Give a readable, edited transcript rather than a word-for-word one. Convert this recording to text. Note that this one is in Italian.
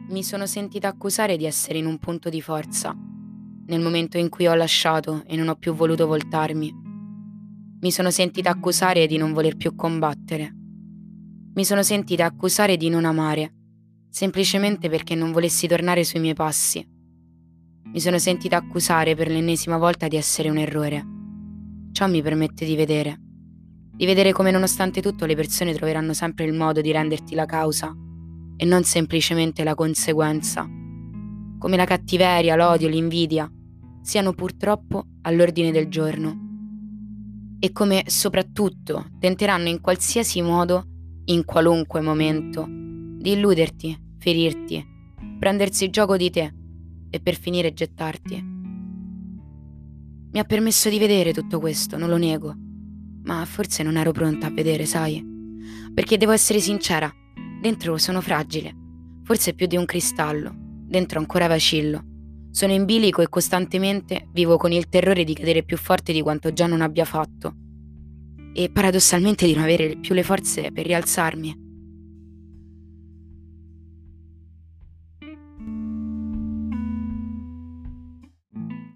Mi sono sentita accusare di essere in un punto di forza, nel momento in cui ho lasciato e non ho più voluto voltarmi. Mi sono sentita accusare di non voler più combattere. Mi sono sentita accusare di non amare, semplicemente perché non volessi tornare sui miei passi. Mi sono sentita accusare per l'ennesima volta di essere un errore. Ciò mi permette di vedere come nonostante tutto le persone troveranno sempre il modo di renderti la causa e non semplicemente la conseguenza. Come la cattiveria, l'odio, l'invidia siano purtroppo all'ordine del giorno. E come soprattutto tenteranno in qualsiasi modo, in qualunque momento, di illuderti, ferirti, prendersi gioco di te e per finire gettarti. Mi ha permesso di vedere tutto questo, non lo nego, ma forse non ero pronta a vedere, sai? Perché devo essere sincera, dentro sono fragile, forse più di un cristallo, dentro ancora vacillo. Sono in bilico e costantemente vivo con il terrore di cadere più forte di quanto già non abbia fatto e paradossalmente di non avere più le forze per rialzarmi.